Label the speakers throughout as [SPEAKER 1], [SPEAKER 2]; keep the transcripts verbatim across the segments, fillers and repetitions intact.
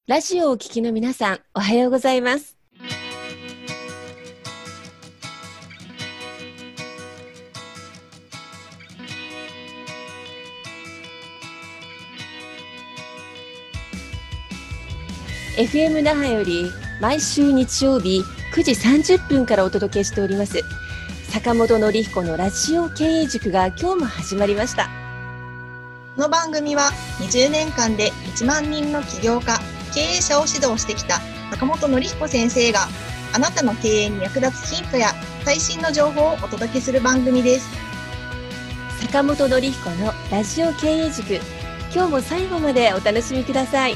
[SPEAKER 1] ラジオをお聞きの皆さん、おはようございます。エフエム 那覇より毎週日曜日くじさんじゅっぷんからお届けしております坂本典彦のラジオ経営塾が今日も始まりました。
[SPEAKER 2] この番組はにじゅうねんかんでいちまんにんの起業家、経営者を指導してきた坂本典彦先生があなたの経営に役立つヒントや最新の情報をお届けする番組です。
[SPEAKER 1] 坂本典彦のラジオ経営塾、今日も最後までお楽しみください。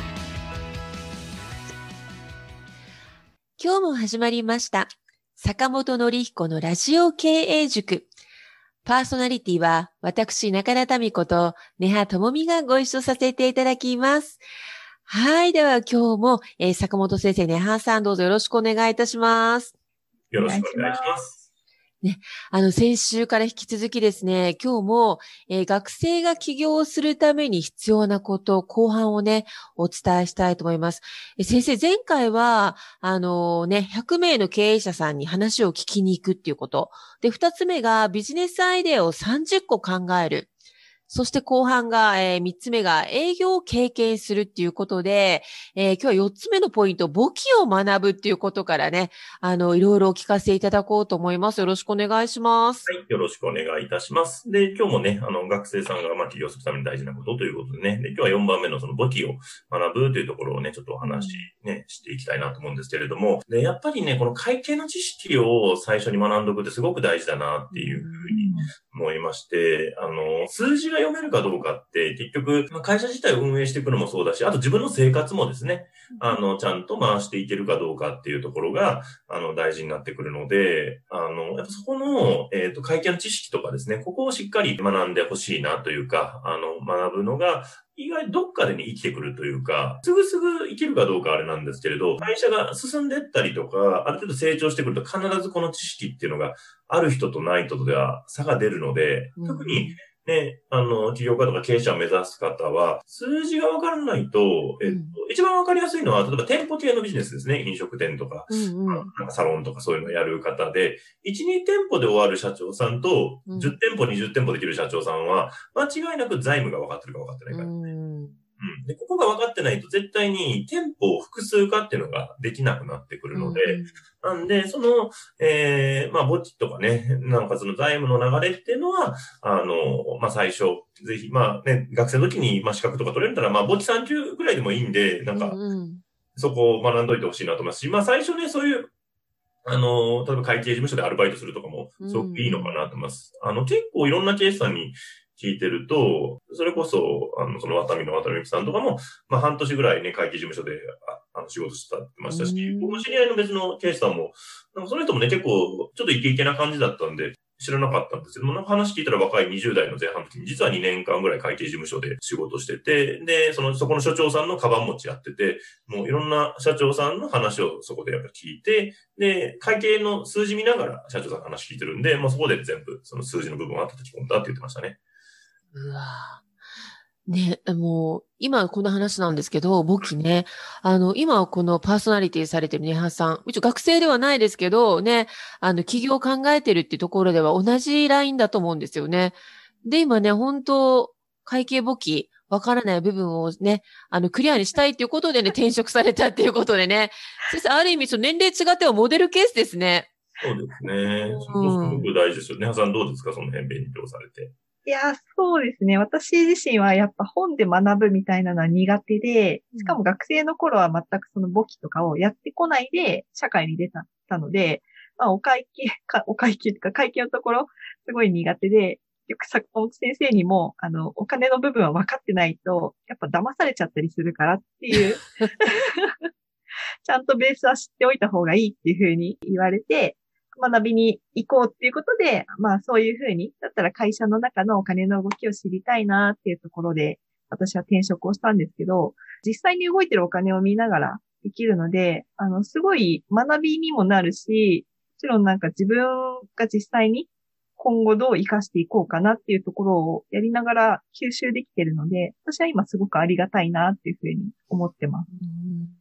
[SPEAKER 1] 今日も始まりました坂本典彦のラジオ経営塾。パーソナリティは私中田民子と根葉智美がご一緒させていただきます。はい。では今日も、えー、坂本先生、根葉さんどうぞよろしくお願いいたします。
[SPEAKER 3] よろしくお願いします。
[SPEAKER 1] ね、あの、先週から引き続きですね、今日も、えー、学生が起業するために必要なこと、後半をね、お伝えしたいと思います。えー、先生、前回は、あのー、ね、ひゃくめいの経営者さんに話を聞きに行くっていうこと。で、二つ目がビジネスアイデアをさんじゅっこ考える。そして後半が、えー、三つ目が営業を経験するっていうことで、えー、今日は四つ目のポイント、簿記を学ぶっていうことからね、あの、いろいろお聞かせいただこうと思います。よろしくお願いします。
[SPEAKER 3] はい、よろしくお願いいたします。で、今日もね、あの、学生さんが、まあ、起業するために大事なことということでね、で、今日はよんばんめのその簿記を学ぶというところをね、ちょっとお話ね、していきたいなと思うんですけれども、で、やっぱりね、この会計の知識を最初に学んでおくってすごく大事だなっていうふうに思いまして、あの、数字が読めるかどうかって結局、まあ、会社自体を運営していくのもそうだし、あと自分の生活もですね、あの、ちゃんと回していけるかどうかっていうところが、あの、大事になってくるので、あの、やっぱそこの、えっと、会計の知識とかですね、ここをしっかり学んでほしいなというか、あの、学ぶのが、意外どっかでね、生きてくるというか、すぐすぐ生きるかどうかあれなんですけれど、会社が進んでいったりとか、ある程度成長してくると必ずこの知識っていうのがある人とない人とでは差が出るので、特に、ね、あの、起業家とか経営者を目指す方は、数字がわからないと、えっと、うん、一番わかりやすいのは、例えば店舗系のビジネスですね。飲食店とか、うんうん、なんかサロンとかそういうのをやる方で、いち、に店舗で終わる社長さんと、じゅってんぽ、にじゅってんぽできる社長さんは、間違いなく財務が分かってるか分かってないか、ね。うんうん、で、ここが分かってないと絶対に店舗を複数化っていうのができなくなってくるので、うんうん、なんで、その、えー、まあ、簿記とかね、なんかその財務の流れっていうのは、あの、まあ、最初、ぜひ、まあね、学生の時に、まあ、資格とか取れるんだら、まあ、簿記さん級ぐらいでもいいんで、なんか、そこを学んどいてほしいなと思いますし、まあ、最初ね、そういう、あの、例えば会計事務所でアルバイトするとかも、すごくいいのかなと思います。うんうん、あの、結構いろんな経営者さんに、聞いてると、それこそ、あの、そのワタミの渡辺さんとかも、まあ半年ぐらいね、会計事務所で、ああの、仕事してたってましたし、僕の知り合いの別の経営者さんも、なんかその人もね、結構、ちょっとイケイケな感じだったんで、知らなかったんですけども、なんか話聞いたら若いにじゅう代の前半の時に、実はにねんかんぐらい会計事務所で仕事してて、で、その、そこの所長さんのカバン持ちやってて、もういろんな社長さんの話をそこでやっぱ聞いて、で、会計の数字見ながら社長さんの話聞いてるんで、もうそこで全部、その数字の部分を叩き込んだって言ってましたね。
[SPEAKER 1] うわね、もう、今この話なんですけど、簿記ね、あの、今このパーソナリティされてる根葉さん、一応学生ではないですけど、ね、あの、起業を考えてるっていうところでは同じラインだと思うんですよね。で、今ね、本当会計簿記、わからない部分をね、あの、クリアにしたいっていうことでね、転職されたっていうことでね、先生、ある意味、その年齢違ってはモデルケースですね。
[SPEAKER 3] そうですね。そこすごく大事ですよ。根葉さんどうですか、その辺勉強されて。
[SPEAKER 2] いや、そうですね。私自身はやっぱ本で学ぶみたいなのは苦手で、しかも学生の頃は全くその簿記とかをやってこないで社会に出たので、まあお会計か、お会計とか会計のところすごい苦手で、よく坂本先生にも、あの、お金の部分は分かってないと、やっぱ騙されちゃったりするからっていう、ちゃんとベースは知っておいた方がいいっていうふうに言われて、学びに行こうっていうことで、まあそういうふうに、だったら会社の中のお金の動きを知りたいなっていうところで、私は転職をしたんですけど、実際に動いてるお金を見ながらできるので、あの、すごい学びにもなるし、もちろんなんか自分が実際に今後どう活かしていこうかなっていうところをやりながら吸収できてるので、私は今すごくありがたいなっていうふうに思ってます。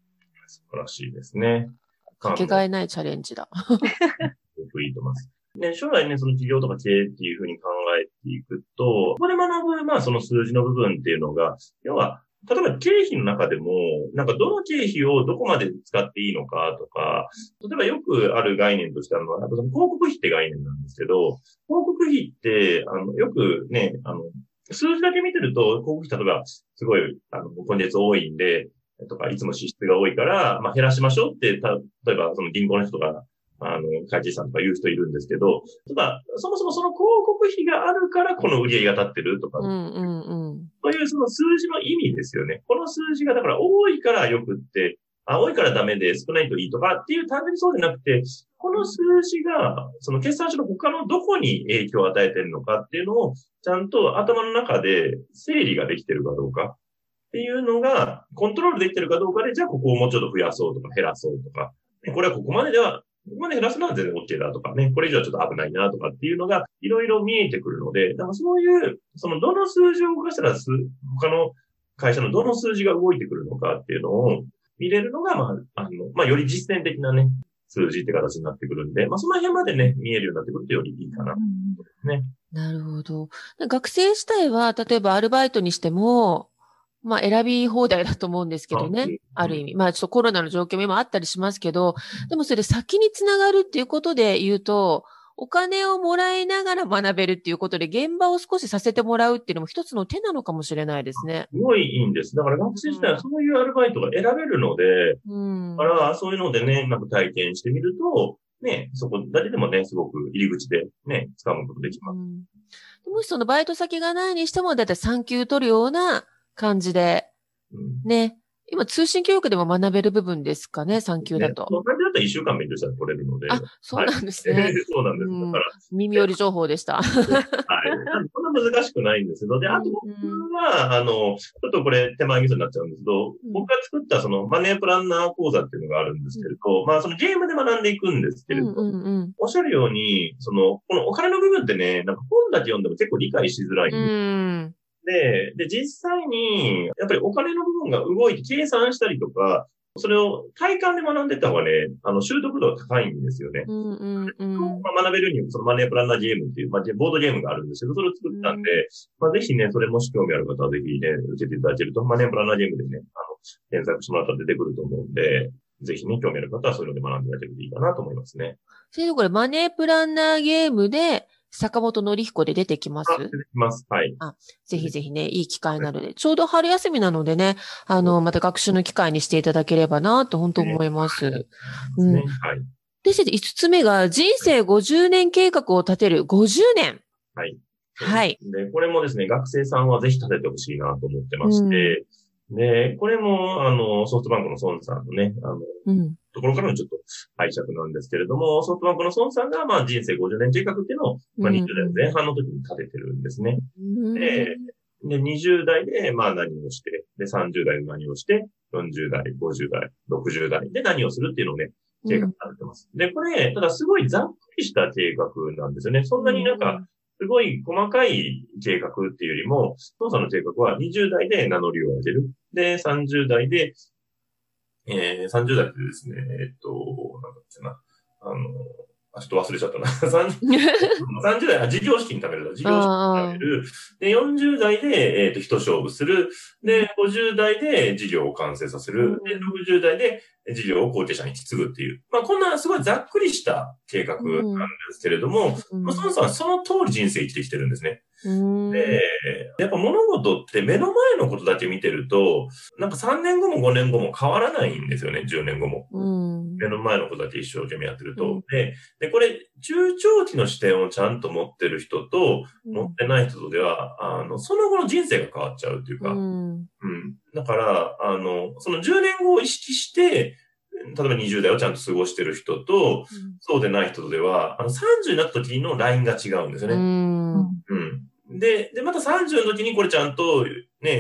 [SPEAKER 3] 素晴らしいですね。
[SPEAKER 1] かけがえないチャレンジだ。
[SPEAKER 3] すごくいいと思います。ね、将来ね、その企業とか経営っていうふうに考えていくと、ここで学ぶ、まあその数字の部分っていうのが、要は、例えば経費の中でも、なんかどの経費をどこまで使っていいのかとか、例えばよくある概念としてあるのは、その広告費って概念なんですけど、広告費って、あの、よくね、あの、数字だけ見てると、広告費、例えば、すごい、あの、今月多いんで、とか、いつも支出が多いから、まあ減らしましょうって、た、例えばその銀行の人が、あの、会計士さんとか言う人いるんですけど、ただ、そもそもその広告費があるからこの売り上げが立ってるとか、
[SPEAKER 1] うんうんうん。
[SPEAKER 3] というその数字の意味ですよね。この数字がだから多いからよくって、あ、多いからダメで少ないといいとかっていう単純にそうじゃなくて、この数字が、その決算書の他のどこに影響を与えてるのかっていうのを、ちゃんと頭の中で整理ができてるかどうかっていうのが、コントロールできてるかどうかで、じゃあここをもうちょっと増やそうとか減らそうとか、これはここまでではここまで減らすのは全然 OK だとかね、これ以上はちょっと危ないなとかっていうのがいろいろ見えてくるので、だからそういう、そのどの数字を動かしたらす、他の会社のどの数字が動いてくるのかっていうのを見れるのが、まあ、あの、まあ、より実践的なね、数字って形になってくるんで、まあ、その辺までね、見えるようになってくるとよりいいかな。ね。
[SPEAKER 1] なるほど。学生自体は、例えばアルバイトにしても、まあ選び放題だと思うんですけどね。ある意味。まあちょっとコロナの状況も今あったりしますけど、でもそれ先につながるっていうことで言うと、お金をもらいながら学べるっていうことで、現場を少しさせてもらうっていうのも一つの手なのかもしれないですね。
[SPEAKER 3] すごいいいんです。だから学生時代はそういうアルバイトが選べるので、うん、だからそういうのでね、なんか体験してみると、ね、そこ、誰でもね、すごく入り口でね、掴むことできます。うん、
[SPEAKER 1] もしそのバイト先がないにしても、だいたい産休取るような感じで、うん、ね。今、通信教育でも学べる部分ですかね、産休だと。
[SPEAKER 3] ね、その感じだったらいっしゅうかん勉強したら取れるので。
[SPEAKER 1] あ、そうなんですね。
[SPEAKER 3] はい、そうなんです。だから。
[SPEAKER 1] 耳寄り情報でした。はい。
[SPEAKER 3] そんな難しくないんですけど、で、あと僕は、あの、ちょっとこれ手前味噌になっちゃうんですけど、うん、僕が作ったそのマネープランナー講座っていうのがあるんですけれど、うん、まあそのゲームで学んでいくんですけれど、うんうんうん、おっしゃるように、その、このお金の部分ってね、なんか本だけ読んでも結構理解しづらいんです。うんで、で、実際に、やっぱりお金の部分が動いて計算したりとか、それを体感で学んでた方がね、あの、習得度が高いんですよね。うんうんうん、まあ、学べるには、そのマネープランナーゲームっていう、まあ、ボードゲームがあるんですけど、それを作ったんで、うん、まあ、ぜひね、それもし興味ある方はぜひね、受けていただけると、マネープランナーゲームでね、あの、検索してもらったら出てくると思うんで、ぜひね、興味ある方はそういうので学んでいただけるといいかなと思いますね。
[SPEAKER 1] 先生、これマネープランナーゲームで、坂本典彦で出てきます？
[SPEAKER 3] 出てきます。はい。
[SPEAKER 1] あ、ぜひぜひね、いい機会なので、ちょうど春休みなのでね、あの、また学習の機会にしていただければなと本当思います。はい。うん。はい。で、先生、五つ目が人生ごじゅうねん計画を立てるごじゅうねん。
[SPEAKER 3] はい。
[SPEAKER 1] はい。
[SPEAKER 3] で、これもですね、学生さんはぜひ立ててほしいなと思ってまして、うん、で、これも、あの、ソフトバンクの孫さんのね、あの、うんところからのちょっと拝借なんですけれども、ソフトバンクの孫さんが、まあ人生ごじゅうねん計画っていうのを、まあにじゅうだいの前半の時に立ててるんですね。うん、で、で、にじゅうだいで、まあ何をして、で、さんじゅうだいで何をして、よんじゅうだい、ごじゅうだい、ろくじゅうだいで何をするっていうのをね、計画立ててます。うん、で、これ、ただすごいざっくりした計画なんですよね。そんなになんか、すごい細かい計画っていうよりも、孫さんの計画はにじゅうだいで名乗りを上げる。で、さんじゅうだいで、えー、さんじゅうだいでですね、えっと、なんだっけな、あの、あ、ちょっと忘れちゃったな。さんじゅうだい、あ、事業資金貯めるだ。事業資金貯める。で、よんじゅうだいで、えっと、一勝負する。で、ごじゅうだいで事業を完成させる。で、ろくじゅうだいで事業を後継者に引き継ぐっていう。まあ、こんなすごいざっくりした計画なんですけれども、うんまあ、孫さんはその通り人生生きてきてるんですね。で、やっぱ物事って目の前のことだけ見てると、なんかさんねんごもごねんごも変わらないんですよね、じゅうねんごも。うん、目の前のことだけ一生懸命やってると。うん、で、で、これ、中長期の視点をちゃんと持ってる人と、持ってない人とでは、あの、その後の人生が変わっちゃうっていうか、うん、うん。だから、あの、そのじゅうねんごを意識して、例えばにじゅうだいをちゃんと過ごしてる人と、うん、そうでない人とでは、あのさんじゅうになった時のラインが違うんですよね。うん。うん。で、で、またさんじゅうの時にこれちゃんと、ね、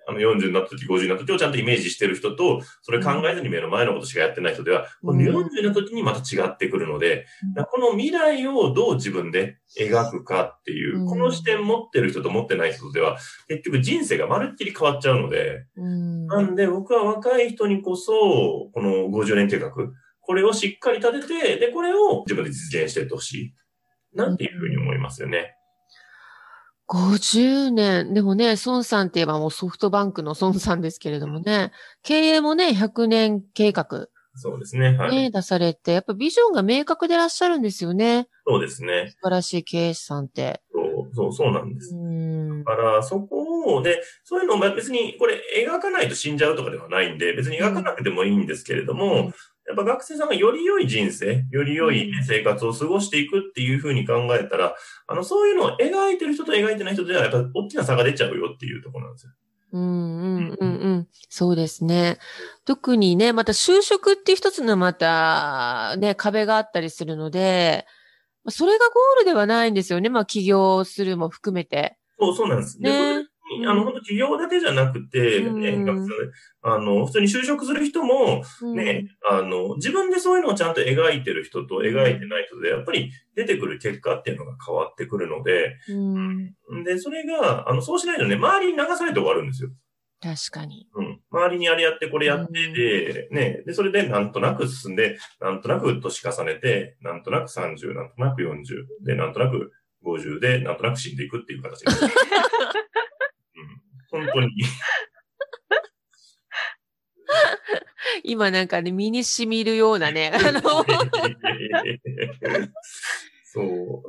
[SPEAKER 3] あのよんじゅうになった時、ごじゅうになった時をちゃんとイメージしてる人と、それ考えずに目の前のことしかやってない人では、このよんじゅうになった時にまた違ってくるので、この未来をどう自分で描くかっていう、この視点持ってる人と持ってない人では、結局人生がまるっきり変わっちゃうので、なんで僕は若い人にこそ、このごじゅうねん計画、これをしっかり立てて、で、これを自分で実現していってほしい。なんていうふうに思いますよね。
[SPEAKER 1] ごじゅうねん。でもね、孫さんって言えばもうソフトバンクの孫さんですけれどもね、経営もね、ひゃくねん計画。
[SPEAKER 3] そうですね。はい。
[SPEAKER 1] ね、出されて、やっぱビジョンが明確でいらっしゃるんですよね。
[SPEAKER 3] そうですね。
[SPEAKER 1] 素晴らしい経営者さんって。
[SPEAKER 3] そう、そう、そうなんです。
[SPEAKER 1] うん
[SPEAKER 3] だから、そこを、で、そういうのを別に、これ描かないと死んじゃうとかではないんで、別に描かなくてもいいんですけれども、うんやっぱ学生さんがより良い人生、より良い生活を過ごしていくっていうふうに考えたら、あの、そういうのを描いてる人と描いてない人では、やっぱ大きな差が出ちゃうよっていうところなんですよ。
[SPEAKER 1] うんうんうんうん。そうですね。特にね、また就職っていう一つのまたね、壁があったりするので、それがゴールではないんですよね。まあ起業するも含めて。
[SPEAKER 3] そう、そうなんです。で、
[SPEAKER 1] ね、
[SPEAKER 3] これあの、本当企業だけじゃなくて、
[SPEAKER 1] うん
[SPEAKER 3] ね、学生あの、普通に就職する人も、ね、うん、あの、自分でそういうのをちゃんと描いてる人と描いてない人で、やっぱり出てくる結果っていうのが変わってくるので、うん、で、それが、あの、そうしないとね、周りに流されて終わるんですよ。
[SPEAKER 1] 確かに。
[SPEAKER 3] うん。周りにあれやってこれやってで、うん、ね、で、それでなんとなく進んで、なんとなく年重ねて、なんとなくさんじゅう、なんとなくよんじゅう、で、なんとなくごじゅうで、なんとなく死んでいくっていう形です。うん、本当に。
[SPEAKER 1] 今なんかね、身に染みるようなね、あの
[SPEAKER 3] そう。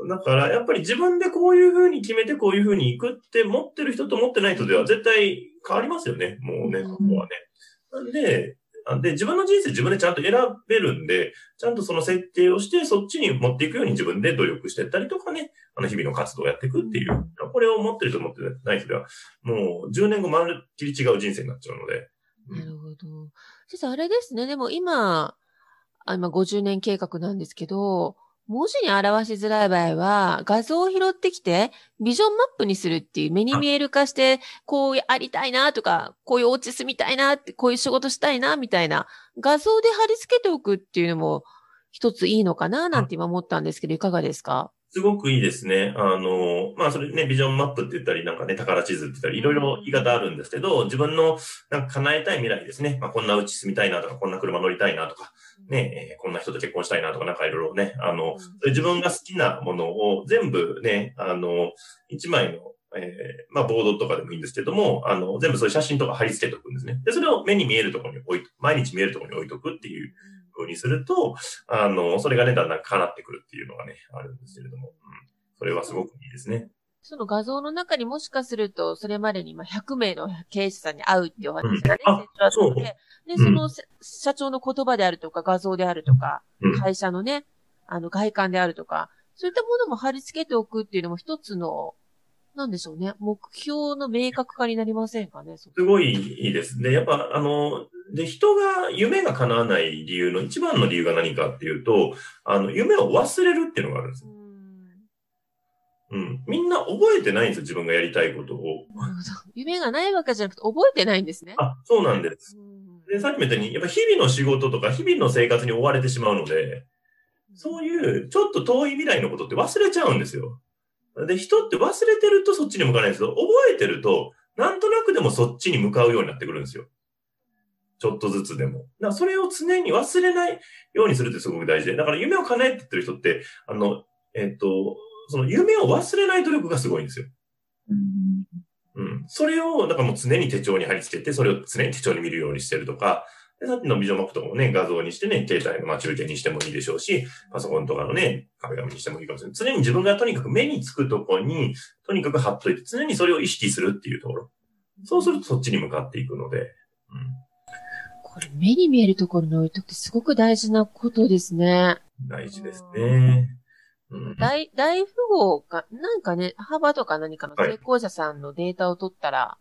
[SPEAKER 3] だから、やっぱり自分でこういう風に決めてこういう風に行くって持ってる人と持ってない人では絶対変わりますよね。もうね、ここはね。なんで、で、自分の人生自分でちゃんと選べるんで、ちゃんとその設定をして、そっちに持っていくように自分で努力していったりとかね、あの日々の活動をやっていくっていう。これを持ってる人持ってない人では、もうじゅうねんごまるっきり違う人生になっちゃうので。
[SPEAKER 1] うん、なるほど。先生、あれですね。でも今、あ今ごじゅうねん計画なんですけど、文字に表しづらい場合は、画像を拾ってきて、ビジョンマップにするっていう、目に見える化して、こうありたいなとか、こういうお家住みたいなって、こういう仕事したいなみたいな、画像で貼り付けておくっていうのも、一ついいのかななんて今思ったんですけど、いかがですか？
[SPEAKER 3] すごくいいですね。あの、まあ、それね、ビジョンマップって言ったり、なんかね、宝地図って言ったり、いろいろ言い方あるんですけど、自分のなんか叶えたい未来ですね。まあ、こんな家住みたいなとか、こんな車乗りたいなとか、ね、えー、こんな人と結婚したいなとか、なんかいろいろね、あの、自分が好きなものを全部ね、あの、一枚の、えー、まあ、ボードとかでもいいんですけども、あの、全部そういう写真とか貼り付けておくんですね。で、それを目に見えるところに置いと、毎日見えるところに置いとくっていう風にすると、あの、それがね、だんだん叶ってくるっていうのがね、あるんですけれども。うん、それはすごくいいですね。
[SPEAKER 1] その画像の中にもしかすると、それまでにひゃくめいの経営者さんに会うっていうお話がね、うん、あそうで、で、その、うん、社長の言葉であるとか、画像であるとか、うん、会社のね、あの、外観であるとか、そういったものも貼り付けておくっていうのも一つの、なんでしょうね、目標の明確化になりませんかね。
[SPEAKER 3] すごいいいですね。やっぱ、あの、で、人が夢が叶わない理由の一番の理由が何かっていうと、あの、夢を忘れるっていうのがあるんですよ。うん。みんな覚えてないんですよ、自分がやりたいことを。
[SPEAKER 1] 夢がないわけじゃなくて覚えてないんですね。
[SPEAKER 3] あ、そうなんです。で、さっきも言ったように、やっぱ日々の仕事とか日々の生活に追われてしまうので、そういうちょっと遠い未来のことって忘れちゃうんですよ。で、人って忘れてるとそっちに向かないんですけど、覚えてると、なんとなくでもそっちに向かうようになってくるんですよ。ちょっとずつでも。だからそれを常に忘れないようにするってすごく大事で。だから夢を叶えてってる人って、あの、えっと、その夢を忘れない努力がすごいんですよ。うん。それを、だからもう常に手帳に貼り付けて、それを常に手帳に見るようにしてるとか、でさっきのビジョンマップとかもね、画像にしてね、携帯の待ち受けにしてもいいでしょうし、パソコンとかのね、壁紙にしてもいいかもしれない。常に自分がとにかく目につくところに、とにかく貼っといて、常にそれを意識するっていうところ。そうするとそっちに向かっていくので。うん、
[SPEAKER 1] これ目に見えるところに置いとくってすごく大事なことですね。
[SPEAKER 3] 大事ですね。
[SPEAKER 1] うん、大、大富豪か、なんかね、ハーバーとか何かの成功者さんのデータを取ったら、はい、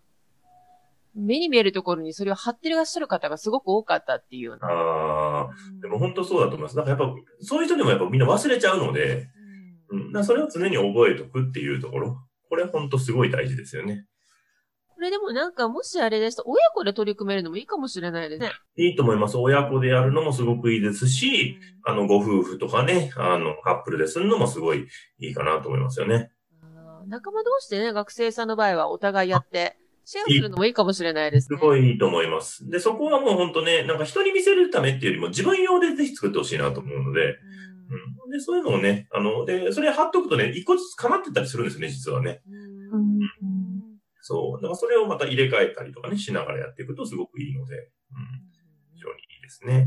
[SPEAKER 1] 目に見えるところにそれを貼ってらっしゃる方がすごく多かったっていうような。
[SPEAKER 3] ああ、でも本当そうだと思います。なんかやっぱ、そういう人でもやっぱみんな忘れちゃうので、うん、うん、だからそれを常に覚えとくっていうところ。これ本当すごい大事ですよね。
[SPEAKER 1] これでもなんか、もしあれですと、親子で取り組めるのもいいかもしれないですね。
[SPEAKER 3] いいと思います。親子でやるのもすごくいいですし、あの、ご夫婦とかね、あの、カップルでするのもすごいいいかなと思いますよね。
[SPEAKER 1] 仲間同士でね、学生さんの場合はお互いやって、シェアするのもいいかもしれないですね。
[SPEAKER 3] すごいいいと思います。で、そこはもう本当ね、なんか人に見せるためっていうよりも自分用でぜひ作ってほしいなと思うので、うん、で、そういうのをね、あの、で、それ貼っとくとね、一個ずつ叶ってたりするんですよね、実はね。
[SPEAKER 2] うん、
[SPEAKER 3] そう。だからそれをまた入れ替えたりとかね、しながらやっていくとすごくいいので、うん、非常にいいですね。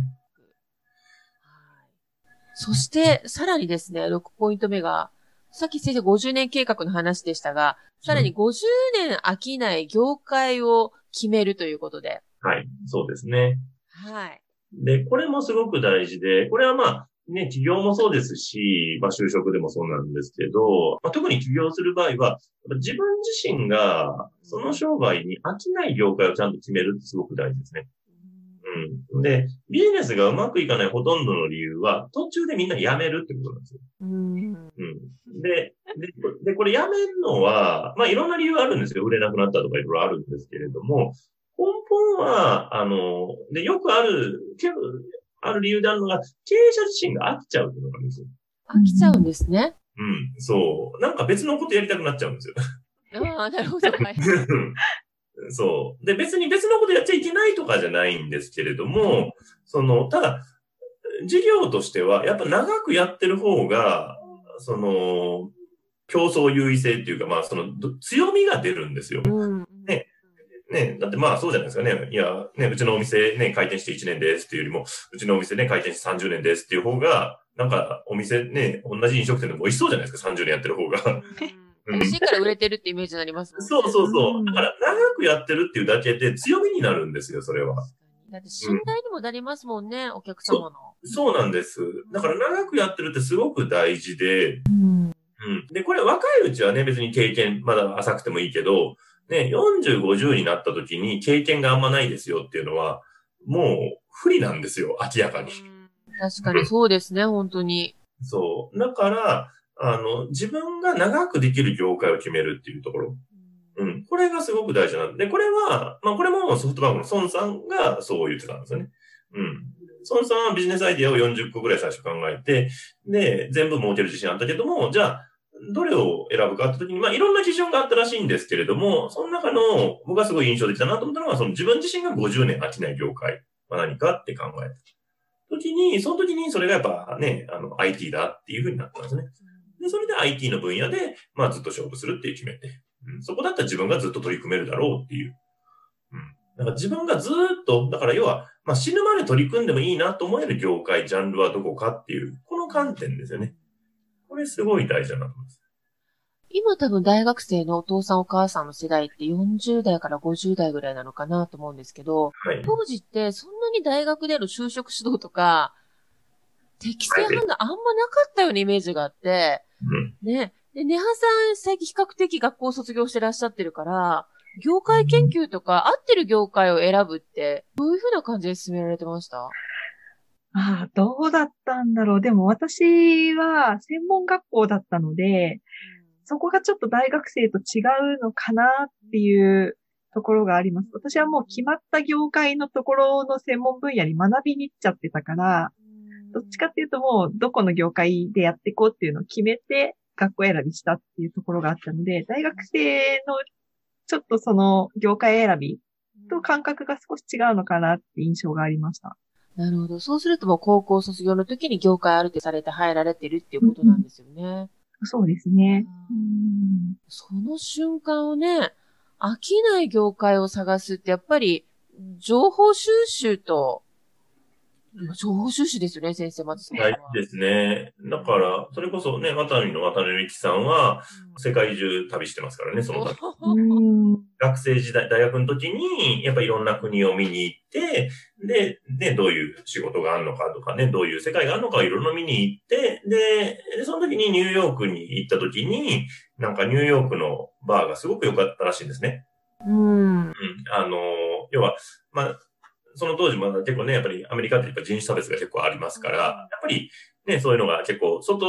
[SPEAKER 1] そして、さらにですね、ろくポイント目が、さっき先生ごじゅうねん計画の話でしたが、さらにごじゅうねん飽きない業界を決めるということで。
[SPEAKER 3] はい、そうですね。
[SPEAKER 1] はい。
[SPEAKER 3] で、これもすごく大事で、これはまあ、ね、起業もそうですし、まあ就職でもそうなんですけど、まあ、特に起業する場合は、自分自身がその商売に飽きない業界をちゃんと決めるってすごく大事ですね。うん。で、ビジネスがうまくいかないほとんどの理由は、途中でみんな辞めるってことなんですよ。うん。うん。で、で、でこれ辞めるのは、まあいろんな理由があるんですよ。売れなくなったとかいろいろあるんですけれども、根本は、あの、で、よくある、けど、ある理由であるのが、経営者自身が飽きちゃうっていうのがあるんですよ。
[SPEAKER 1] 飽きちゃうんですね。
[SPEAKER 3] うん、そう。なんか別のことやりたくなっちゃうんですよ。
[SPEAKER 1] ああ、なるほど。はい。
[SPEAKER 3] そう。で、別に別のことやっちゃいけないとかじゃないんですけれども、その、ただ、事業としては、やっぱ長くやってる方が、その、競争優位性っていうか、まあ、その、強みが出るんですよ。うん、ね。ね、だってまあそうじゃないですかね。いや、ね、うちのお店ね、開店していちねんですっていうよりも、うちのお店ね、開店してさんじゅうねんですっていう方が、なんかお店ね、同じ飲食店でも美味しそうじゃないですか、さんじゅうねんやってる方が。
[SPEAKER 1] 美味しいから売れてるってイメージになりますもんね。
[SPEAKER 3] そうそうそう。だから長くやってるっていうだけで強みになるんですよ、それは。
[SPEAKER 1] だって信頼にもなりますもんね、うん、お客様の
[SPEAKER 3] そ。そうなんです。だから長くやってるってすごく大事で、うんうん、で、これ若いうちはね、別に経験まだ浅くてもいいけど、ね、よんじゅう、ごじゅうになった時に経験があんまないですよっていうのは、もう不利なんですよ、明らかに。
[SPEAKER 1] 確かにそうですね、本当に。
[SPEAKER 3] そう。だから、あの、自分が長くできる業界を決めるっていうところ。うん。これがすごく大事なんで、これは、まあこれもソフトバンクの孫さんがそう言ってたんですよね。うん。孫さんはビジネスアイディアをよんじゅっこぐらい最初考えて、で、全部儲ける自信あったけども、じゃあ、どれを選ぶかって時に、まあ、いろんな基準があったらしいんですけれども、その中の、僕がすごい印象的だなと思ったのは、その自分自身がごじゅうねん飽きない業界は何かって考えた時に、その時にそれがやっぱね、あの、アイティー だっていう風になったんですね。で、それで アイティー の分野で、まあ、ずっと勝負するっていう決めて、うん、そこだったら自分がずっと取り組めるだろうっていう。うん。だから自分がずーっと、だから要は、まあ、死ぬまで取り組んでもいいなと思える業界、ジャンルはどこかっていう、この観点ですよね。これすごい大事だなと思います。
[SPEAKER 1] 今多分大学生のお父さんお母さんの世代ってよんじゅう代からごじゅう代ぐらいなのかなと思うんですけど、はい、当時ってそんなに大学での就職指導とか、適正判断あんまなかったようなイメージがあって、はい、ね。で、ネハさん最近比較的学校を卒業してらっしゃってるから、業界研究とか合ってる業界を選ぶって、どういうふうな感じで進められてました？
[SPEAKER 2] ああ、どうだったんだろう。でも私は専門学校だったので、そこがちょっと大学生と違うのかなっていうところがあります。私はもう決まった業界のところの専門分野に学びに行っちゃってたから、どっちかっていうともうどこの業界でやっていこうっていうのを決めて学校選びしたっていうところがあったので、大学生のちょっとその業界選びと感覚が少し違うのかなって印象がありました。
[SPEAKER 1] なるほど。そうするともう高校卒業の時に業界ある程度されて入られてるっていうことなんですよね。
[SPEAKER 2] うん、そうですね。
[SPEAKER 1] うん、その瞬間をね、飽きない業界を探すってやっぱり情報収集と、情報収集ですよね、先生、まずそこは。
[SPEAKER 3] はいですね。だから、それこそね、渡辺の渡辺美樹さんは、世界中旅してますからね、その旅。学生時代、大学の時に、やっぱいろんな国を見に行って、で、で、どういう仕事があるのかとかね、どういう世界があるのかをいろいろ見に行って、で、その時にニューヨークに行った時に、なんかニューヨークのバーがすごく良かったらしいんですね。
[SPEAKER 1] うん。
[SPEAKER 3] うん。あの、要は、まあ、その当時まだ結構ね、やっぱりアメリカってやっぱ人種差別が結構ありますから、やっぱりね、そういうのが結構、外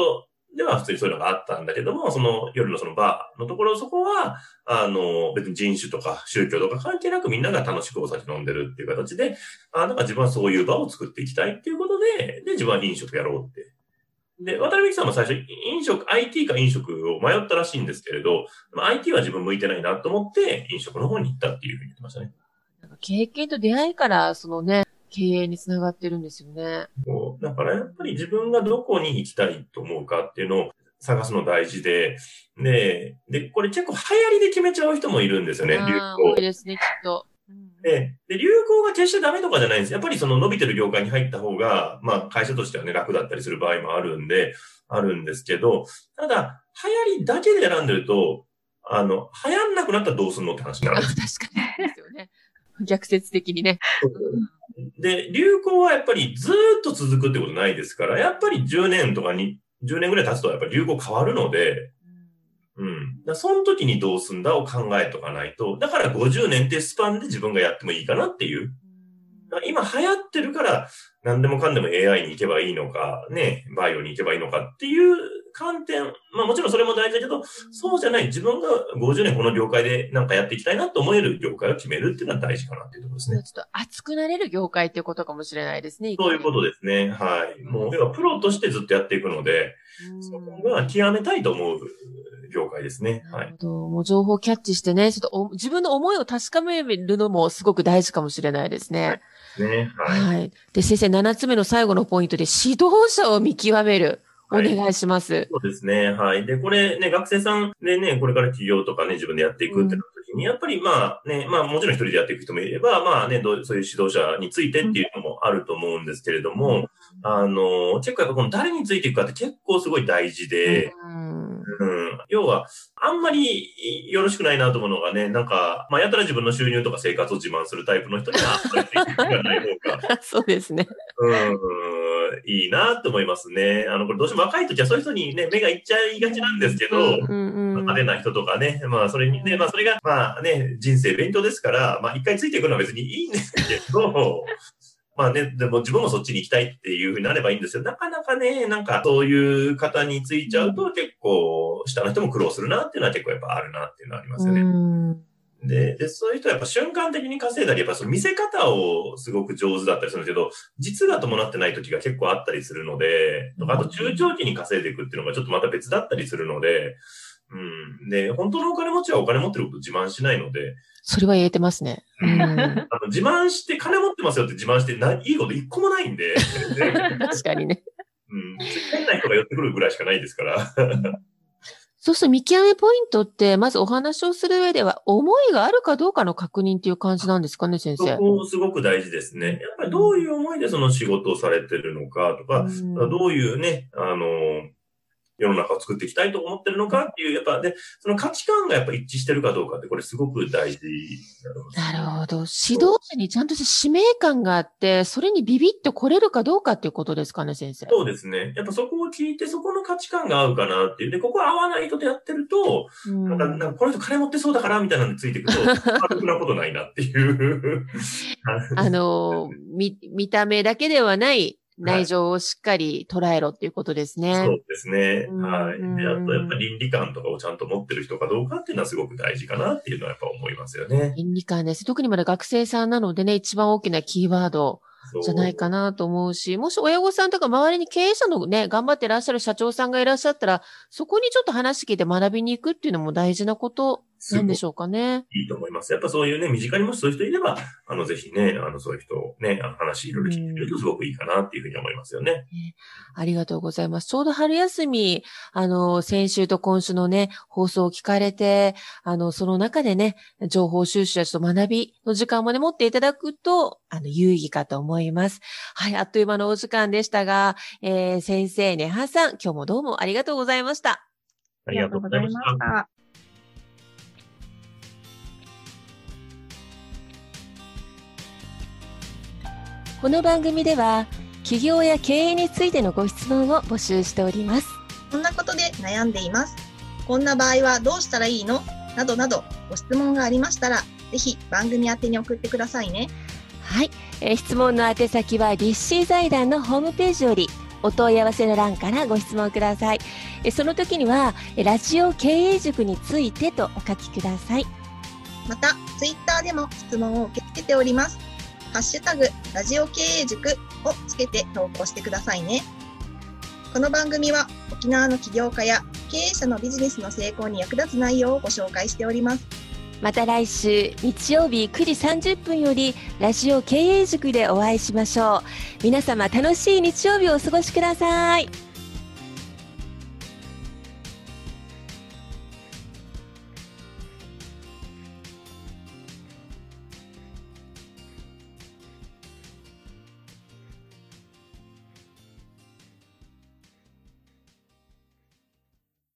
[SPEAKER 3] では普通にそういうのがあったんだけども、その夜のそのバーのところ、そこは、あの、別に人種とか宗教とか関係なくみんなが楽しくお酒飲んでるっていう形で、あなんか自分はそういう場を作っていきたいっていうことで、で、自分は飲食やろうって。で、渡辺美樹さんも最初、飲食、アイティー か飲食を迷ったらしいんですけれど、アイティー は自分向いてないなと思って、飲食の方に行ったっていうふうに言ってましたね。
[SPEAKER 1] なんか経験と出会いから、そのね、経営につながってるんですよね。
[SPEAKER 3] そう。だからやっぱり自分がどこに行きたいと思うかっていうのを探すの大事で、で、で、これ結構流行りで決めちゃう人もいるんですよね、流行。
[SPEAKER 1] 多いですね、きっと。
[SPEAKER 3] で、で、流行が決してダメとかじゃないんです。やっぱりその伸びてる業界に入った方が、まあ会社としてはね、楽だったりする場合もあるんで、あるんですけど、ただ、流行りだけで選んでると、あの、流行んなくなったらどうすんのって話になる。
[SPEAKER 1] 確かに。ですよね。逆説的にね。
[SPEAKER 3] で、流行はやっぱりずーっと続くってことないですから、やっぱりじゅうねんとかに、じゅうねんぐらい経つとやっぱり流行変わるので、うん。だその時にどうすんだを考えとかないと、だからごじゅうねんってスパンで自分がやってもいいかなっていう。今流行ってるから何でもかんでも エーアイ に行けばいいのか、ね、バイオに行けばいいのかっていう観点、まあもちろんそれも大事だけど、そうじゃない自分がごじゅうねんこの業界でなんかやっていきたいなと思える業界を決めるっていうのは大事かなっていうところですね。
[SPEAKER 1] ちょっと熱くなれる業界っていうことかもしれないですね。
[SPEAKER 3] そういうことですね。はい。もう、要はプロとしてずっとやっていくので、そこが極めたいと思う業界ですね。はい。
[SPEAKER 1] もう情報をキャッチしてね、ちょっと自分の思いを確かめるのもすごく大事かもしれないですね。
[SPEAKER 3] はいね。はい。
[SPEAKER 1] はい。で、先生、ななつめの最後のポイントで指導者を見極める。お願いします、はい。
[SPEAKER 3] そうですね。はい。で、これね、学生さんでね、これから起業とかね、自分でやっていくってなった時に、うん、やっぱりまあね、まあもちろん一人でやっていく人もいれば、まあね、どうそういう指導者についてっていうのもあると思うんですけれども、うん、あの、結構やっぱこの誰についていくかって結構すごい大事で、うんうん、要は、あんまりよろしくないなと思うのがね、なんか、まあ、やったら自分の収入とか生活を自慢するタイプの人には、あんまりついていくがない方が。
[SPEAKER 1] そうですね。
[SPEAKER 3] うん、いいなと思いますね。あの、これどうしても若い時はそういう人にね、目がいっちゃいがちなんですけど、うんうん、派手な人とかね、まあ、それにね、まあ、それが、まあね、人生勉強ですから、まあ、一回ついていくのは別にいいんですけど、まあね、でも自分もそっちに行きたいっていう風になればいいんですよ。なかなかね、なんかそういう方についちゃうと結構下の人も苦労するなっていうのは結構やっぱあるなっていうのはありますよね。うんでで、そういう人はやっぱ瞬間的に稼いだり、やっぱその見せ方をすごく上手だったりするんですけど、実が伴ってない時が結構あったりするので、とかあと中長期に稼いでいくっていうのがちょっとまた別だったりするので、うん。で、本当のお金持ちはお金持ってること自慢しないので。
[SPEAKER 1] それは言えてますね。うん、あ
[SPEAKER 3] の自慢して金持ってますよって自慢してないいこと一個もないんで。
[SPEAKER 1] 確かにね。
[SPEAKER 3] うん。変な人が寄ってくるぐらいしかないですから。
[SPEAKER 1] そうすると見極めポイントって、まずお話をする上では、思いがあるかどうかの確認っていう感じなんですかね、先生。
[SPEAKER 3] そこすごく大事ですね。やっぱりどういう思いでその仕事をされてるのかとか、うん、どういうね、あの、世の中を作っていきたいと思ってるのかっていう、やっぱ、で、その価値観がやっぱ一致してるかどうかって、これすごく大事
[SPEAKER 1] なるほど。指導者にちゃんとした使命感があって、それにビビッと来れるかどうかっていうことですかね、先生。
[SPEAKER 3] そうですね。やっぱそこを聞いて、そこの価値観が合うかなっていう。で、ここは合わない人とやってると、うん、なんか、なんかこの人金持ってそうだからみたいなのについていくと、悪くなことないなっていう。
[SPEAKER 1] あの、見、見た目だけではない、内情をしっかり捉えろっていうことですね。
[SPEAKER 3] そうですね。はい。で、あとやっぱり倫理観とかをちゃんと持ってる人かどうかっていうのはすごく大事かなっていうのはやっぱ思いますよね。
[SPEAKER 1] 倫理観です。特にまだ学生さんなのでね、一番大きなキーワードじゃないかなと思うし、もし親御さんとか周りに経営者のね、頑張ってらっしゃる社長さんがいらっしゃったら、そこにちょっと話聞いて学びに行くっていうのも大事なことなんでしょうかね。
[SPEAKER 3] いいと思います。やっぱそういうね、身近にもしそういう人いれば、あの、ぜひね、あの、そういう人をね、あの話いろいろ聞いてみるとすごくいいかなっていうふうに思いますよね。ね、
[SPEAKER 1] ありがとうございます。ちょうど春休み、あの、先週と今週のね、放送を聞かれて、あの、その中でね、情報収集やちょっと学びの時間まで持っていただくと、あの、有意義かと思います。はい、あっという間のお時間でしたが、えー、先生、ねはさん、今日もどうもありがとうございました。
[SPEAKER 3] ありがとうございました。
[SPEAKER 1] この番組では起業や経営についてのご質問を募集しております。
[SPEAKER 4] こんなことで悩んでいます。こんな場合はどうしたらいいの？などなどご質問がありましたら、ぜひ番組宛てに送ってくださいね。
[SPEAKER 1] はい、えー、質問の宛先は立志財団のホームページよりお問い合わせの欄からご質問ください。えその時には、ラジオ経営塾についてとお書きください。
[SPEAKER 4] また、ツイッターでも質問を受け付けております。ハッシュタグ、ラジオ経営塾をつけて投稿してくださいね。この番組は、沖縄の起業家や経営者のビジネスの成功に役立つ内容をご紹介しております。
[SPEAKER 1] また来週日曜日くじさんじゅっぷんよりラジオ経営塾でお会いしましょう。皆様楽しい日曜日をお過ごしください。